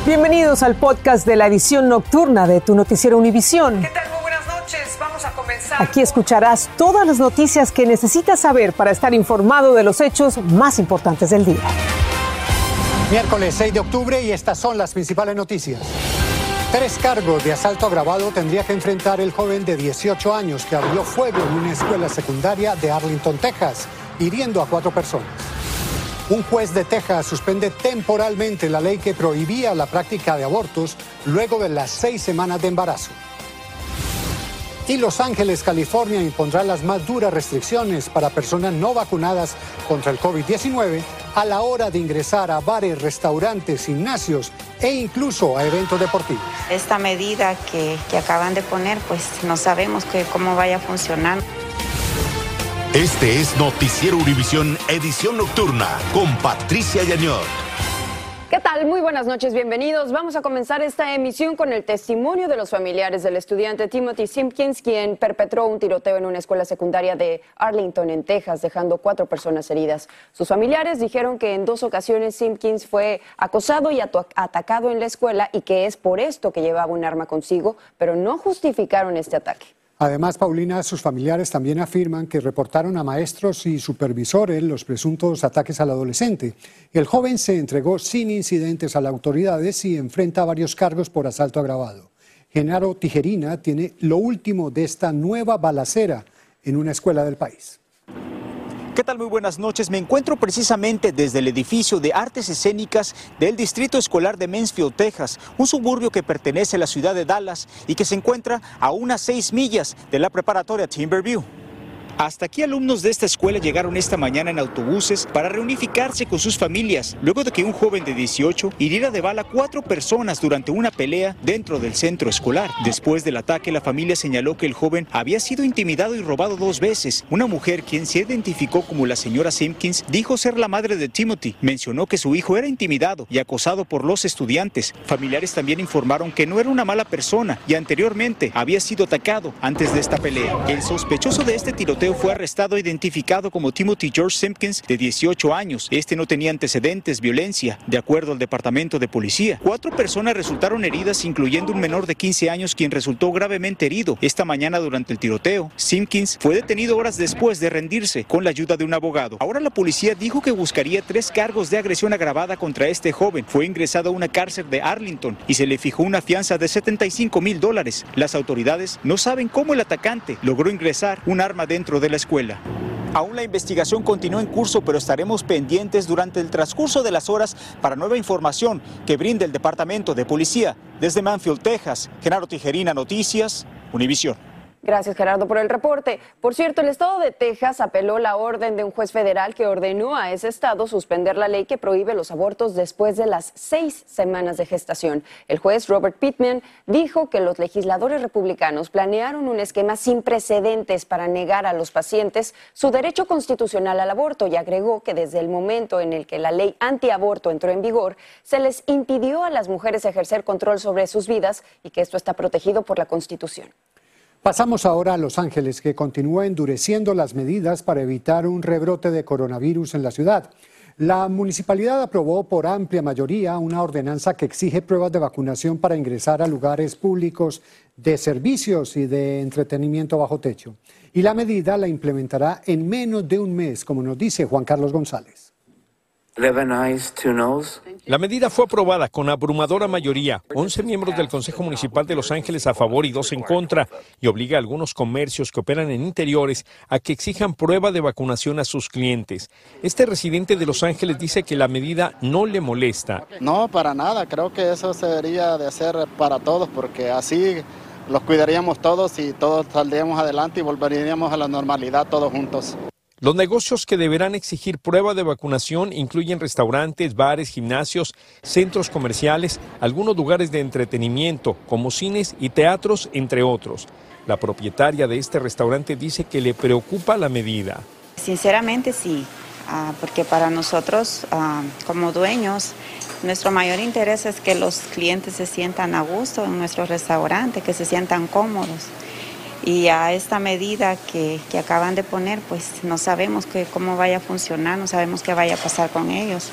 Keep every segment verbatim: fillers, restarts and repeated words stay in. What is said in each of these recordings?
Bienvenidos al podcast de la edición nocturna de tu noticiero Univisión. ¿Qué tal? Muy buenas noches. Vamos a comenzar. Aquí escucharás todas las noticias que necesitas saber para estar informado de los hechos más importantes del día. Miércoles seis de octubre y estas son las principales noticias. Tres cargos de asalto agravado tendría que enfrentar el joven de dieciocho años que abrió fuego en una escuela secundaria de Arlington, Texas, hiriendo a cuatro personas. Un juez de Texas suspende temporalmente la ley que prohibía la práctica de abortos luego de las seis semanas de embarazo. Y Los Ángeles, California, impondrá las más duras restricciones para personas no vacunadas contra el COVID diecinueve a la hora de ingresar a bares, restaurantes, gimnasios e incluso a eventos deportivos. Esta medida que, que acaban de poner, pues no sabemos que, cómo vaya a funcionar. Este es Noticiero Univisión, edición nocturna, con Patricia Yañor. ¿Qué tal? Muy buenas noches, bienvenidos. Vamos a comenzar esta emisión con el testimonio de los familiares del estudiante Timothy Simpkins, quien perpetró un tiroteo en una escuela secundaria de Arlington, en Texas, dejando cuatro personas heridas. Sus familiares dijeron que en dos ocasiones Simpkins fue acosado y atacado en la escuela y que es por esto que llevaba un arma consigo, pero no justificaron este ataque. Además, Paulina, sus familiares también afirman que reportaron a maestros y supervisores los presuntos ataques al adolescente. El joven se entregó sin incidentes a las autoridades y enfrenta varios cargos por asalto agravado. Genaro Tijerina tiene lo último de esta nueva balacera en una escuela del país. ¿Qué tal? Muy buenas noches. Me encuentro precisamente desde el edificio de artes escénicas del Distrito Escolar de Mansfield, Texas, un suburbio que pertenece a la ciudad de Dallas y que se encuentra a unas seis millas de la preparatoria Timberview. Hasta aquí alumnos de esta escuela llegaron esta mañana en autobuses para reunificarse con sus familias, luego de que un joven de dieciocho hiriera de bala a cuatro personas durante una pelea dentro del centro escolar. Después del ataque, la familia señaló que el joven había sido intimidado y robado dos veces. Una mujer, quien se identificó como la señora Simpkins, dijo ser la madre de Timothy. Mencionó que su hijo era intimidado y acosado por los estudiantes. Familiares también informaron que no era una mala persona y anteriormente había sido atacado antes de esta pelea. El sospechoso de este tiroteo fue arrestado e identificado como Timothy George Simpkins, de dieciocho años. Este no tenía antecedentes, violencia, de acuerdo al departamento de policía. Cuatro personas resultaron heridas, incluyendo un menor de quince años, quien resultó gravemente herido esta mañana durante el tiroteo. Simpkins fue detenido horas después de rendirse con la ayuda de un abogado. Ahora la policía dijo que buscaría tres cargos de agresión agravada contra este joven. Fue ingresado a una cárcel de Arlington y se le fijó una fianza de setenta y cinco mil dólares. Las autoridades no saben cómo el atacante logró ingresar un arma dentro de la escuela. Aún la investigación continúa en curso, pero estaremos pendientes durante el transcurso de las horas para nueva información que brinde el Departamento de Policía. Desde Mansfield, Texas, Genaro Tijerina, Noticias, Univisión. Gracias, Gerardo, por el reporte. Por cierto, el estado de Texas apeló la orden de un juez federal que ordenó a ese estado suspender la ley que prohíbe los abortos después de las seis semanas de gestación. El juez Robert Pittman dijo que los legisladores republicanos planearon un esquema sin precedentes para negar a los pacientes su derecho constitucional al aborto y agregó que desde el momento en el que la ley antiaborto entró en vigor, se les impidió a las mujeres ejercer control sobre sus vidas y que esto está protegido por la Constitución. Pasamos ahora a Los Ángeles, que continúa endureciendo las medidas para evitar un rebrote de coronavirus en la ciudad. La municipalidad aprobó por amplia mayoría una ordenanza que exige pruebas de vacunación para ingresar a lugares públicos de servicios y de entretenimiento bajo techo. Y la medida la implementará en menos de un mes, como nos dice Juan Carlos González. La medida fue aprobada con abrumadora mayoría, once miembros del Consejo Municipal de Los Ángeles a favor y dos en contra, y obliga a algunos comercios que operan en interiores a que exijan prueba de vacunación a sus clientes. Este residente de Los Ángeles dice que la medida no le molesta. No, para nada, creo que eso se debería de hacer para todos, porque así los cuidaríamos todos y todos saldríamos adelante y volveríamos a la normalidad todos juntos. Los negocios que deberán exigir prueba de vacunación incluyen restaurantes, bares, gimnasios, centros comerciales, algunos lugares de entretenimiento, como cines y teatros, entre otros. La propietaria de este restaurante dice que le preocupa la medida. Sinceramente sí, uh, porque para nosotros uh, como dueños, nuestro mayor interés es que los clientes se sientan a gusto en nuestro restaurante, que se sientan cómodos. Y a esta medida que, que acaban de poner, pues no sabemos que, cómo vaya a funcionar, no sabemos qué vaya a pasar con ellos.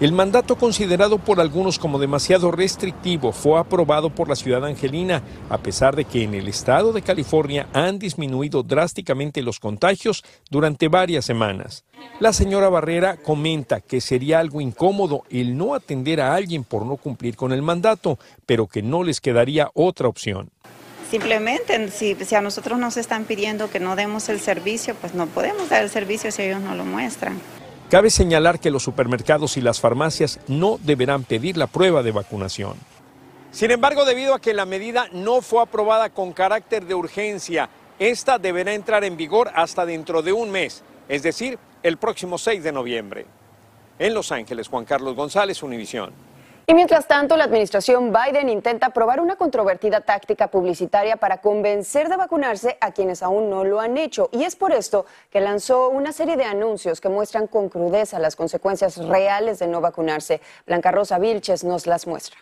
El mandato, considerado por algunos como demasiado restrictivo, fue aprobado por la ciudad angelina, a pesar de que en el estado de California han disminuido drásticamente los contagios durante varias semanas. La señora Barrera comenta que sería algo incómodo el no atender a alguien por no cumplir con el mandato, pero que no les quedaría otra opción. Simplemente, si, si a nosotros nos están pidiendo que no demos el servicio, pues no podemos dar el servicio si ellos no lo muestran. Cabe señalar que los supermercados y las farmacias no deberán pedir la prueba de vacunación. Sin embargo, debido a que la medida no fue aprobada con carácter de urgencia, esta deberá entrar en vigor hasta dentro de un mes, es decir, el próximo seis de noviembre. En Los Ángeles, Juan Carlos González, Univisión. Y mientras tanto, la administración Biden intenta probar una controvertida táctica publicitaria para convencer de vacunarse a quienes aún no lo han hecho. Y es por esto que lanzó una serie de anuncios que muestran con crudeza las consecuencias reales de no vacunarse. Blanca Rosa Vilches nos las muestra.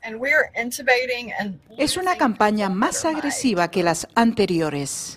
Es una campaña más agresiva que las anteriores.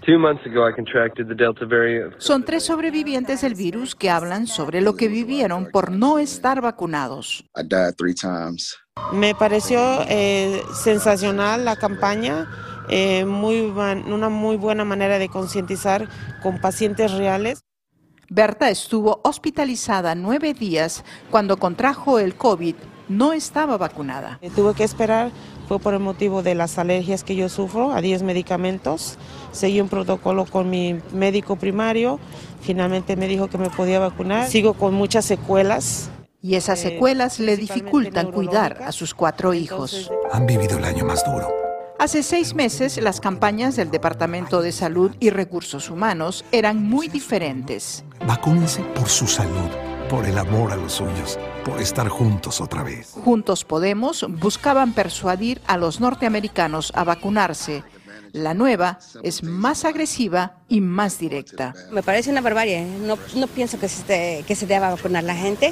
Son tres sobrevivientes del virus que hablan sobre lo que vivieron por no estar vacunados. Me pareció eh, sensacional la campaña, eh, muy, una muy buena manera de concientizar con pacientes reales. Berta estuvo hospitalizada nueve días cuando contrajo el COVID. No estaba vacunada. Tuve que esperar, fue por el motivo de las alergias que yo sufro a diez medicamentos. Seguí un protocolo con mi médico primario, finalmente me dijo que me podía vacunar. Sigo con muchas secuelas. Y esas secuelas eh, le dificultan cuidar a sus cuatro hijos. Entonces, han vivido el año más duro. Hace seis meses, las campañas del Departamento de Salud y Recursos Humanos eran muy diferentes. Vacúnense por su salud, por el amor a los suyos, por estar juntos otra vez. Juntos Podemos buscaban persuadir a los norteamericanos a vacunarse. La nueva es más agresiva y más directa. Me parece una barbarie. No, no pienso que se, que se deba vacunar la gente.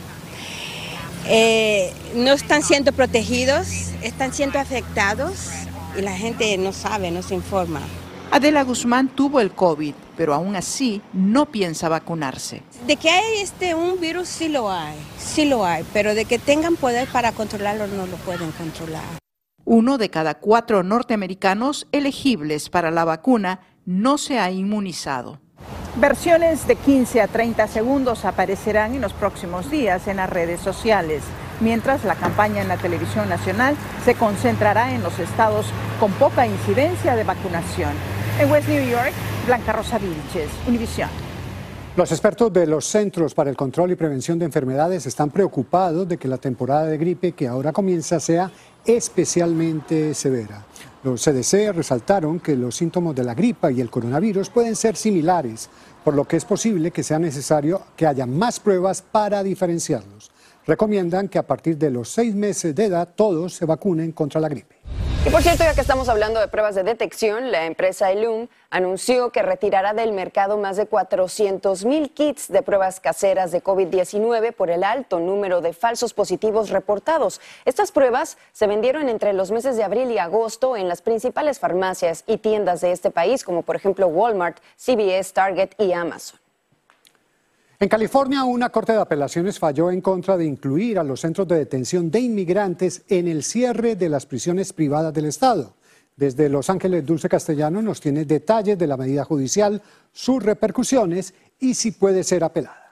Eh, no están siendo protegidos, están siendo afectados y la gente no sabe, no se informa. Adela Guzmán tuvo el COVID, pero aún así no piensa vacunarse. De que hay este un virus, sí lo hay, sí lo hay, pero de que tengan poder para controlarlo no lo pueden controlar. Uno de cada cuatro norteamericanos elegibles para la vacuna no se ha inmunizado. Versiones de quince a treinta segundos aparecerán en los próximos días en las redes sociales, mientras la campaña en la televisión nacional se concentrará en los estados con poca incidencia de vacunación. En West New York, Blanca Rosa Vilches, Univisión. Los expertos de los Centros para el Control y Prevención de Enfermedades están preocupados de que la temporada de gripe que ahora comienza sea especialmente severa. Los C D C resaltaron que los síntomas de la gripa y el coronavirus pueden ser similares, por lo que es posible que sea necesario que haya más pruebas para diferenciarlos. Recomiendan que a partir de los seis meses de edad todos se vacunen contra la gripe. Y por cierto, ya que estamos hablando de pruebas de detección, la empresa Ellume anunció que retirará del mercado más de cuatrocientos mil kits de pruebas caseras de COVID diecinueve por el alto número de falsos positivos reportados. Estas pruebas se vendieron entre los meses de abril y agosto en las principales farmacias y tiendas de este país, como por ejemplo Walmart, C V S, Target y Amazon. En California, una corte de apelaciones falló en contra de incluir a los centros de detención de inmigrantes en el cierre de las prisiones privadas del estado. Desde Los Ángeles, Dulce Castellano nos tiene detalles de la medida judicial, sus repercusiones y si puede ser apelada.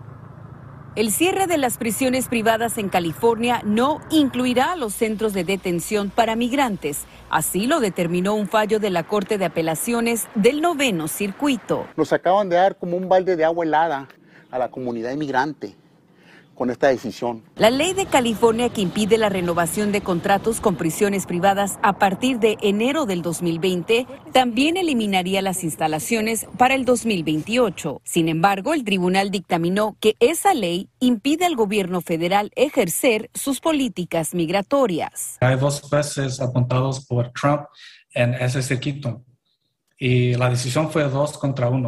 El cierre de las prisiones privadas en California no incluirá a los centros de detención para migrantes. Así lo determinó un fallo de la Corte de Apelaciones del Noveno Circuito. Nos acaban de dar como un balde de agua helada a la comunidad inmigrante con esta decisión. La ley de California que impide la renovación de contratos con prisiones privadas a partir de enero del dos mil veinte también eliminaría las instalaciones para el dos mil veintiocho. Sin embargo, el tribunal dictaminó que esa ley impide al gobierno federal ejercer sus políticas migratorias. Hay dos jueces apuntados por Trump en ese circuito y la decisión fue dos contra uno.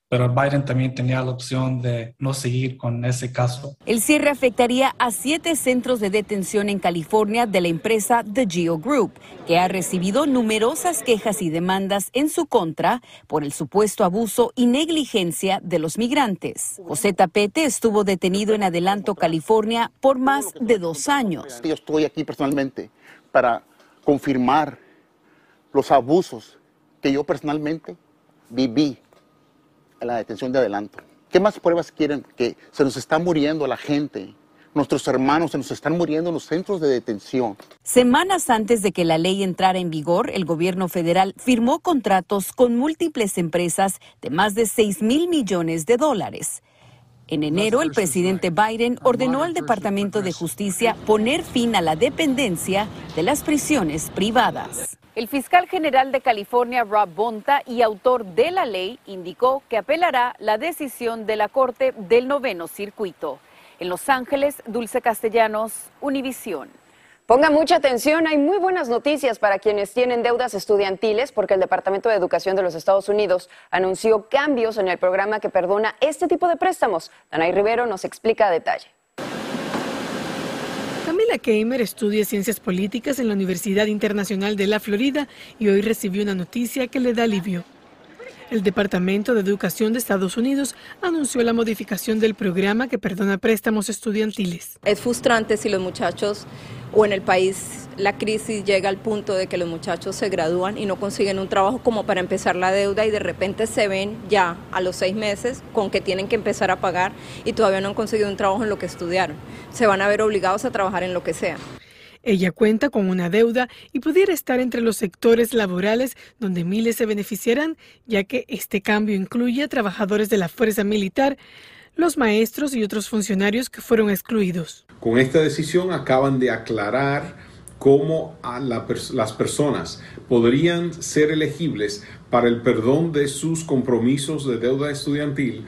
pero Biden también tenía la opción de no seguir con ese caso. El cierre afectaría a siete centros de detención en California de la empresa The Geo Group, que ha recibido numerosas quejas y demandas en su contra por el supuesto abuso y negligencia de los migrantes. José Tapete estuvo detenido en Adelanto, California, por más de dos años. Yo estoy aquí personalmente para confirmar los abusos que yo personalmente viví en la detención de Adelanto. ¿Qué más pruebas quieren? Que se nos está muriendo la gente, nuestros hermanos se nos están muriendo en los centros de detención. Semanas antes de que la ley entrara en vigor, el gobierno federal firmó contratos con múltiples empresas de más de seis mil millones de dólares. En enero, el presidente Biden ordenó al Departamento de Justicia poner fin a la dependencia de las prisiones privadas. El fiscal general de California, Rob Bonta, y autor de la ley, indicó que apelará la decisión de la Corte del Noveno Circuito. En Los Ángeles, Dulce Castellanos, Univisión. Ponga mucha atención, hay muy buenas noticias para quienes tienen deudas estudiantiles porque el Departamento de Educación de los Estados Unidos anunció cambios en el programa que perdona este tipo de préstamos. Danay Rivero nos explica a detalle. Camila Keimer estudia Ciencias Políticas en la Universidad Internacional de la Florida y hoy recibió una noticia que le da alivio. El Departamento de Educación de Estados Unidos anunció la modificación del programa que perdona préstamos estudiantiles. Es frustrante si los muchachos o en el país la crisis llega al punto de que los muchachos se gradúan y no consiguen un trabajo como para empezar la deuda y de repente se ven ya a los seis meses con que tienen que empezar a pagar y todavía no han conseguido un trabajo en lo que estudiaron. Se van a ver obligados a trabajar en lo que sea. Ella cuenta con una deuda y pudiera estar entre los sectores laborales donde miles se beneficiarán, ya que este cambio incluye a trabajadores de la fuerza militar, los maestros y otros funcionarios que fueron excluidos. Con esta decisión acaban de aclarar cómo a la pers- las personas podrían ser elegibles para el perdón de sus compromisos de deuda estudiantil,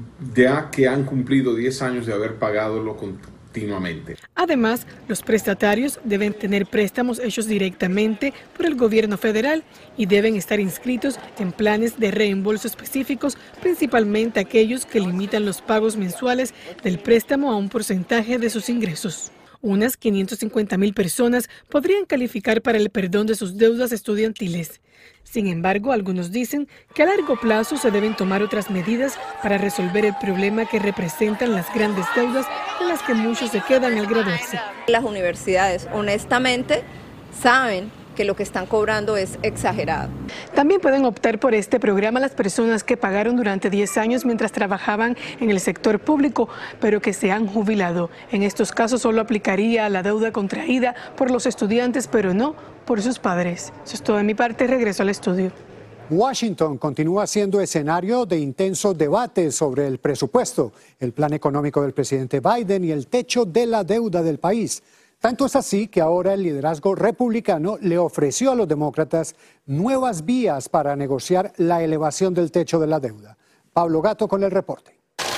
ya que han cumplido diez años de haber pagado lo continuamente. Además, los prestatarios deben tener préstamos hechos directamente por el gobierno federal y deben estar inscritos en planes de reembolso específicos, principalmente aquellos que limitan los pagos mensuales del préstamo a un porcentaje de sus ingresos. Unas quinientas cincuenta mil personas podrían calificar para el perdón de sus deudas estudiantiles. Sin embargo, algunos dicen que a largo plazo se deben tomar otras medidas para resolver el problema que representan las grandes deudas en las que muchos se quedan al graduarse. Las universidades, honestamente, saben que lo que están cobrando es exagerado. También pueden optar por este programa las personas que pagaron durante diez años mientras trabajaban en el sector público, pero que se han jubilado. En estos casos solo aplicaría a la deuda contraída por los estudiantes, pero no por sus padres. Eso es todo de mi parte, regreso al estudio. Washington continúa siendo escenario de intenso debate sobre el presupuesto, el plan económico del presidente Biden y el techo de la deuda del país. Tanto es así que ahora el liderazgo republicano le ofreció a los demócratas nuevas vías para negociar la elevación del techo de la deuda. Pablo Gato con el reporte.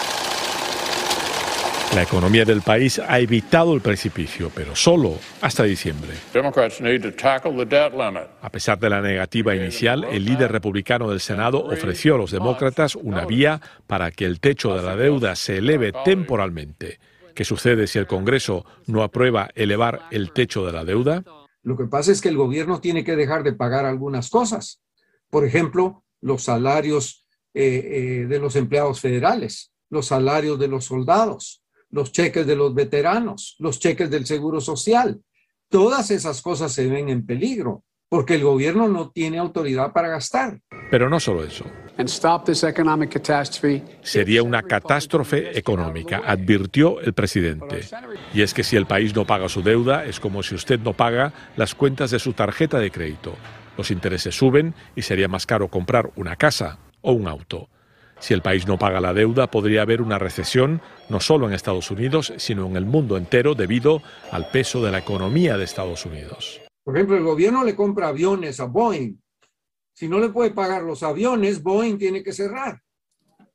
La economía del país ha evitado el precipicio, pero solo hasta diciembre. A pesar de la negativa inicial, el líder republicano del Senado ofreció a los demócratas una vía para que el techo de la deuda se eleve temporalmente. ¿Qué sucede si el Congreso no aprueba elevar el techo de la deuda? Lo que pasa es que el gobierno tiene que dejar de pagar algunas cosas. Por ejemplo, los salarios eh, eh, de los empleados federales, los salarios de los soldados, los cheques de los veteranos, los cheques del Seguro Social. Todas esas cosas se ven en peligro porque el gobierno no tiene autoridad para gastar. Pero no solo eso. Sería una catástrofe económica, advirtió el presidente. Y es que si el país no paga su deuda, es como si usted no paga las cuentas de su tarjeta de crédito. Los intereses suben y sería más caro comprar una casa o un auto. Si el país no paga la deuda, podría haber una recesión, no solo en Estados Unidos, sino en el mundo entero debido al peso de la economía de Estados Unidos. Por ejemplo, el gobierno le compra aviones a Boeing. Si no le puede pagar los aviones, Boeing tiene que cerrar.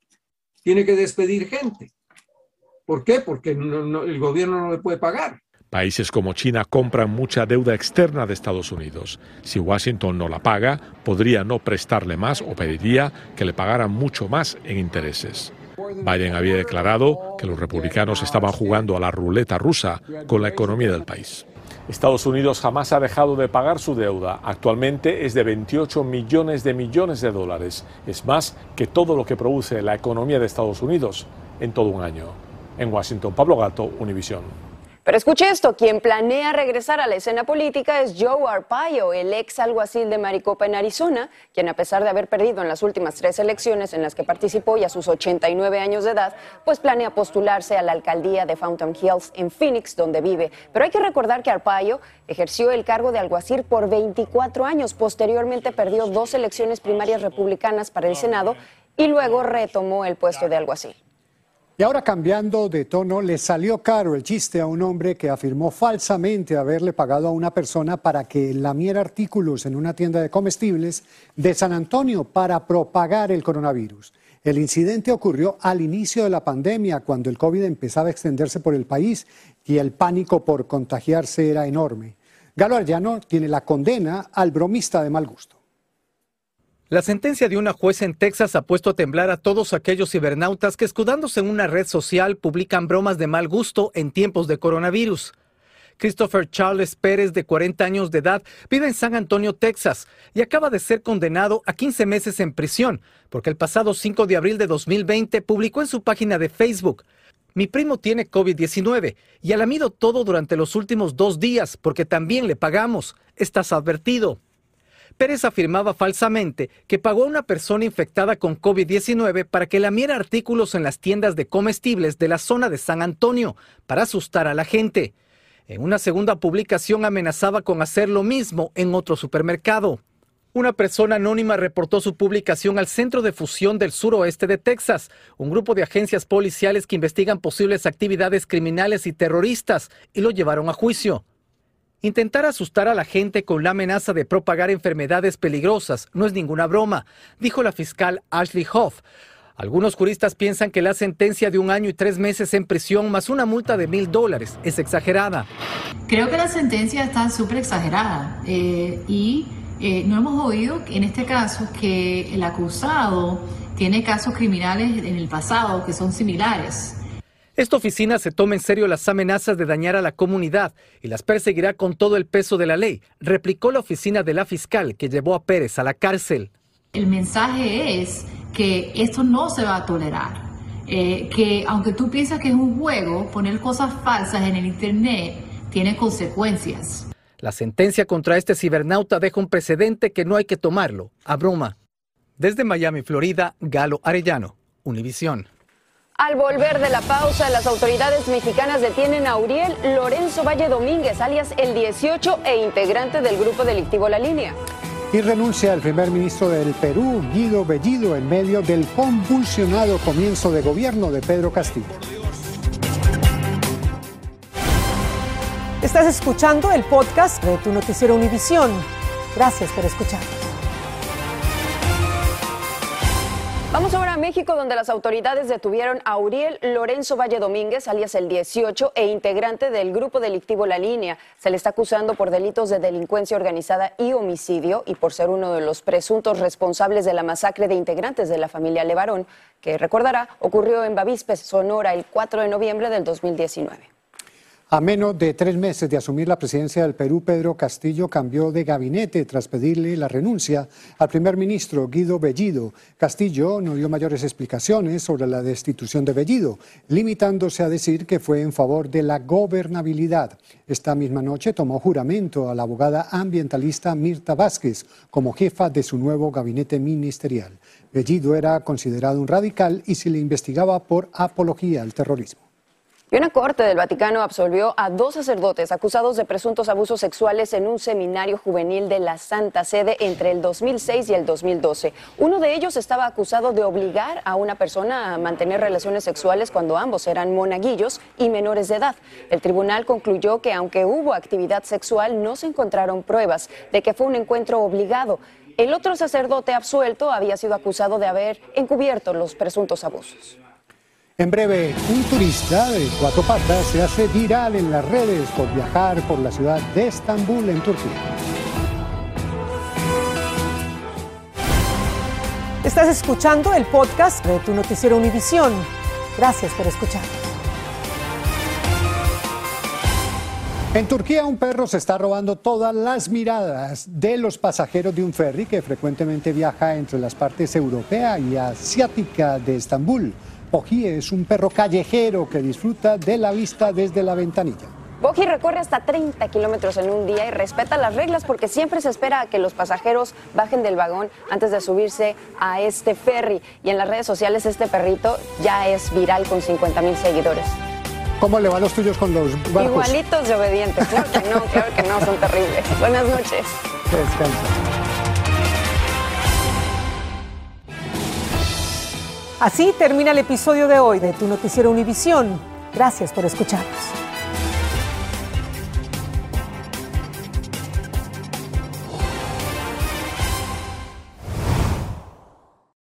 Tiene que despedir gente. ¿Por qué? Porque no, no, el gobierno no le puede pagar. Países como China compran mucha deuda externa de Estados Unidos. Si Washington no la paga, podría no prestarle más o pediría que le pagaran mucho más en intereses. Biden había declarado que los republicanos estaban jugando a la ruleta rusa con la economía del país. Estados Unidos jamás ha dejado de pagar su deuda. Actualmente es de veintiocho millones de millones de dólares. Es más que todo lo que produce la economía de Estados Unidos en todo un año. En Washington, Pablo Gato, Univisión. Pero escuche esto, quien planea regresar a la escena política es Joe Arpaio, el ex alguacil de Maricopa en Arizona, quien a pesar de haber perdido en las últimas tres elecciones en las que participó y a sus ochenta y nueve años de edad, pues planea postularse a la alcaldía de Fountain Hills en Phoenix, donde vive. Pero hay que recordar que Arpaio ejerció el cargo de alguacil por veinticuatro años, posteriormente perdió dos elecciones primarias republicanas para el Senado y luego retomó el puesto de alguacil. Y ahora, cambiando de tono, le salió caro el chiste a un hombre que afirmó falsamente haberle pagado a una persona para que lamiera artículos en una tienda de comestibles de San Antonio para propagar el coronavirus. El incidente ocurrió al inicio de la pandemia, cuando el COVID empezaba a extenderse por el país y el pánico por contagiarse era enorme. Galo Arellano tiene la condena al bromista de mal gusto. La sentencia de una jueza en Texas ha puesto a temblar a todos aquellos cibernautas que, escudándose en una red social, publican bromas de mal gusto en tiempos de coronavirus. Christopher Charles Pérez, de cuarenta años de edad, vive en San Antonio, Texas, y acaba de ser condenado a quince meses en prisión, porque el pasado cinco de abril de dos mil veinte publicó en su página de Facebook: mi primo tiene COVID diecinueve y ha lamido todo durante los últimos dos días porque también le pagamos. Estás advertido. Pérez afirmaba falsamente que pagó a una persona infectada con COVID diecinueve para que lamiera artículos en las tiendas de comestibles de la zona de San Antonio para asustar a la gente. En una segunda publicación amenazaba con hacer lo mismo en otro supermercado. Una persona anónima reportó su publicación al Centro de Fusión del Suroeste de Texas, un grupo de agencias policiales que investigan posibles actividades criminales y terroristas, y lo llevaron a juicio. Intentar asustar a la gente con la amenaza de propagar enfermedades peligrosas no es ninguna broma, dijo la fiscal Ashley Hoff. Algunos juristas piensan que la sentencia de un año y tres meses en prisión más una multa de mil dólares es exagerada. Creo que la sentencia está súper exagerada eh, y eh, no hemos oído en este caso que el acusado tiene casos criminales en el pasado que son similares. Esta oficina se toma en serio las amenazas de dañar a la comunidad y las perseguirá con todo el peso de la ley, replicó la oficina de la fiscal que llevó a Pérez a la cárcel. El mensaje es que esto no se va a tolerar, eh, que aunque tú piensas que es un juego, poner cosas falsas en el internet tiene consecuencias. La sentencia contra este cibernauta deja un precedente que no hay que tomarlo a broma. Desde Miami, Florida, Galo Arellano, Univisión. Al volver de la pausa, las autoridades mexicanas detienen a Uriel Lorenzo Valle Domínguez, alias el dieciocho e integrante del grupo delictivo La Línea. Y renuncia el primer ministro del Perú, Guido Bellido, en medio del convulsionado comienzo de gobierno de Pedro Castillo. Estás escuchando el podcast de Tu Noticiero Univisión. Gracias por escucharnos. Vamos ahora a México, donde las autoridades detuvieron a Uriel Lorenzo Valle Domínguez, alias el dieciocho, e integrante del grupo delictivo La Línea. Se le está acusando por delitos de delincuencia organizada y homicidio y por ser uno de los presuntos responsables de la masacre de integrantes de la familia Levarón, que recordará ocurrió en Bavispe, Sonora, el cuatro de noviembre del dos mil diecinueve. A menos de tres meses de asumir la presidencia del Perú, Pedro Castillo cambió de gabinete tras pedirle la renuncia al primer ministro Guido Bellido. Castillo no dio mayores explicaciones sobre la destitución de Bellido, limitándose a decir que fue en favor de la gobernabilidad. Esta misma noche tomó juramento a la abogada ambientalista Mirta Vázquez como jefa de su nuevo gabinete ministerial. Bellido era considerado un radical y se le investigaba por apología al terrorismo. Y una corte del Vaticano absolvió a dos sacerdotes acusados de presuntos abusos sexuales en un seminario juvenil de la Santa Sede entre el dos mil seis y el dos mil doce. Uno de ellos estaba acusado de obligar a una persona a mantener relaciones sexuales cuando ambos eran monaguillos y menores de edad. El tribunal concluyó que aunque hubo actividad sexual, no se encontraron pruebas de que fue un encuentro obligado. El otro sacerdote absuelto había sido acusado de haber encubierto los presuntos abusos. En breve, un turista de cuatro patas se hace viral en las redes por viajar por la ciudad de Estambul, en Turquía. Estás escuchando el podcast de Tu Noticiero Univisión. Gracias por escucharnos. En Turquía, un perro se está robando todas las miradas de los pasajeros de un ferry que frecuentemente viaja entre las partes europea y asiática de Estambul. Boji es un perro callejero que disfruta de la vista desde la ventanilla. Boji recorre hasta treinta kilómetros en un día y respeta las reglas porque siempre se espera a que los pasajeros bajen del vagón antes de subirse a este ferry. Y en las redes sociales este perrito ya es viral con cincuenta mil seguidores. ¿Cómo le van los tuyos con los barcos? Igualitos de obedientes, claro que no, claro que no, son terribles. Buenas noches. Descansa. Así termina el episodio de hoy de Tu Noticiero Univisión. Gracias por escucharnos.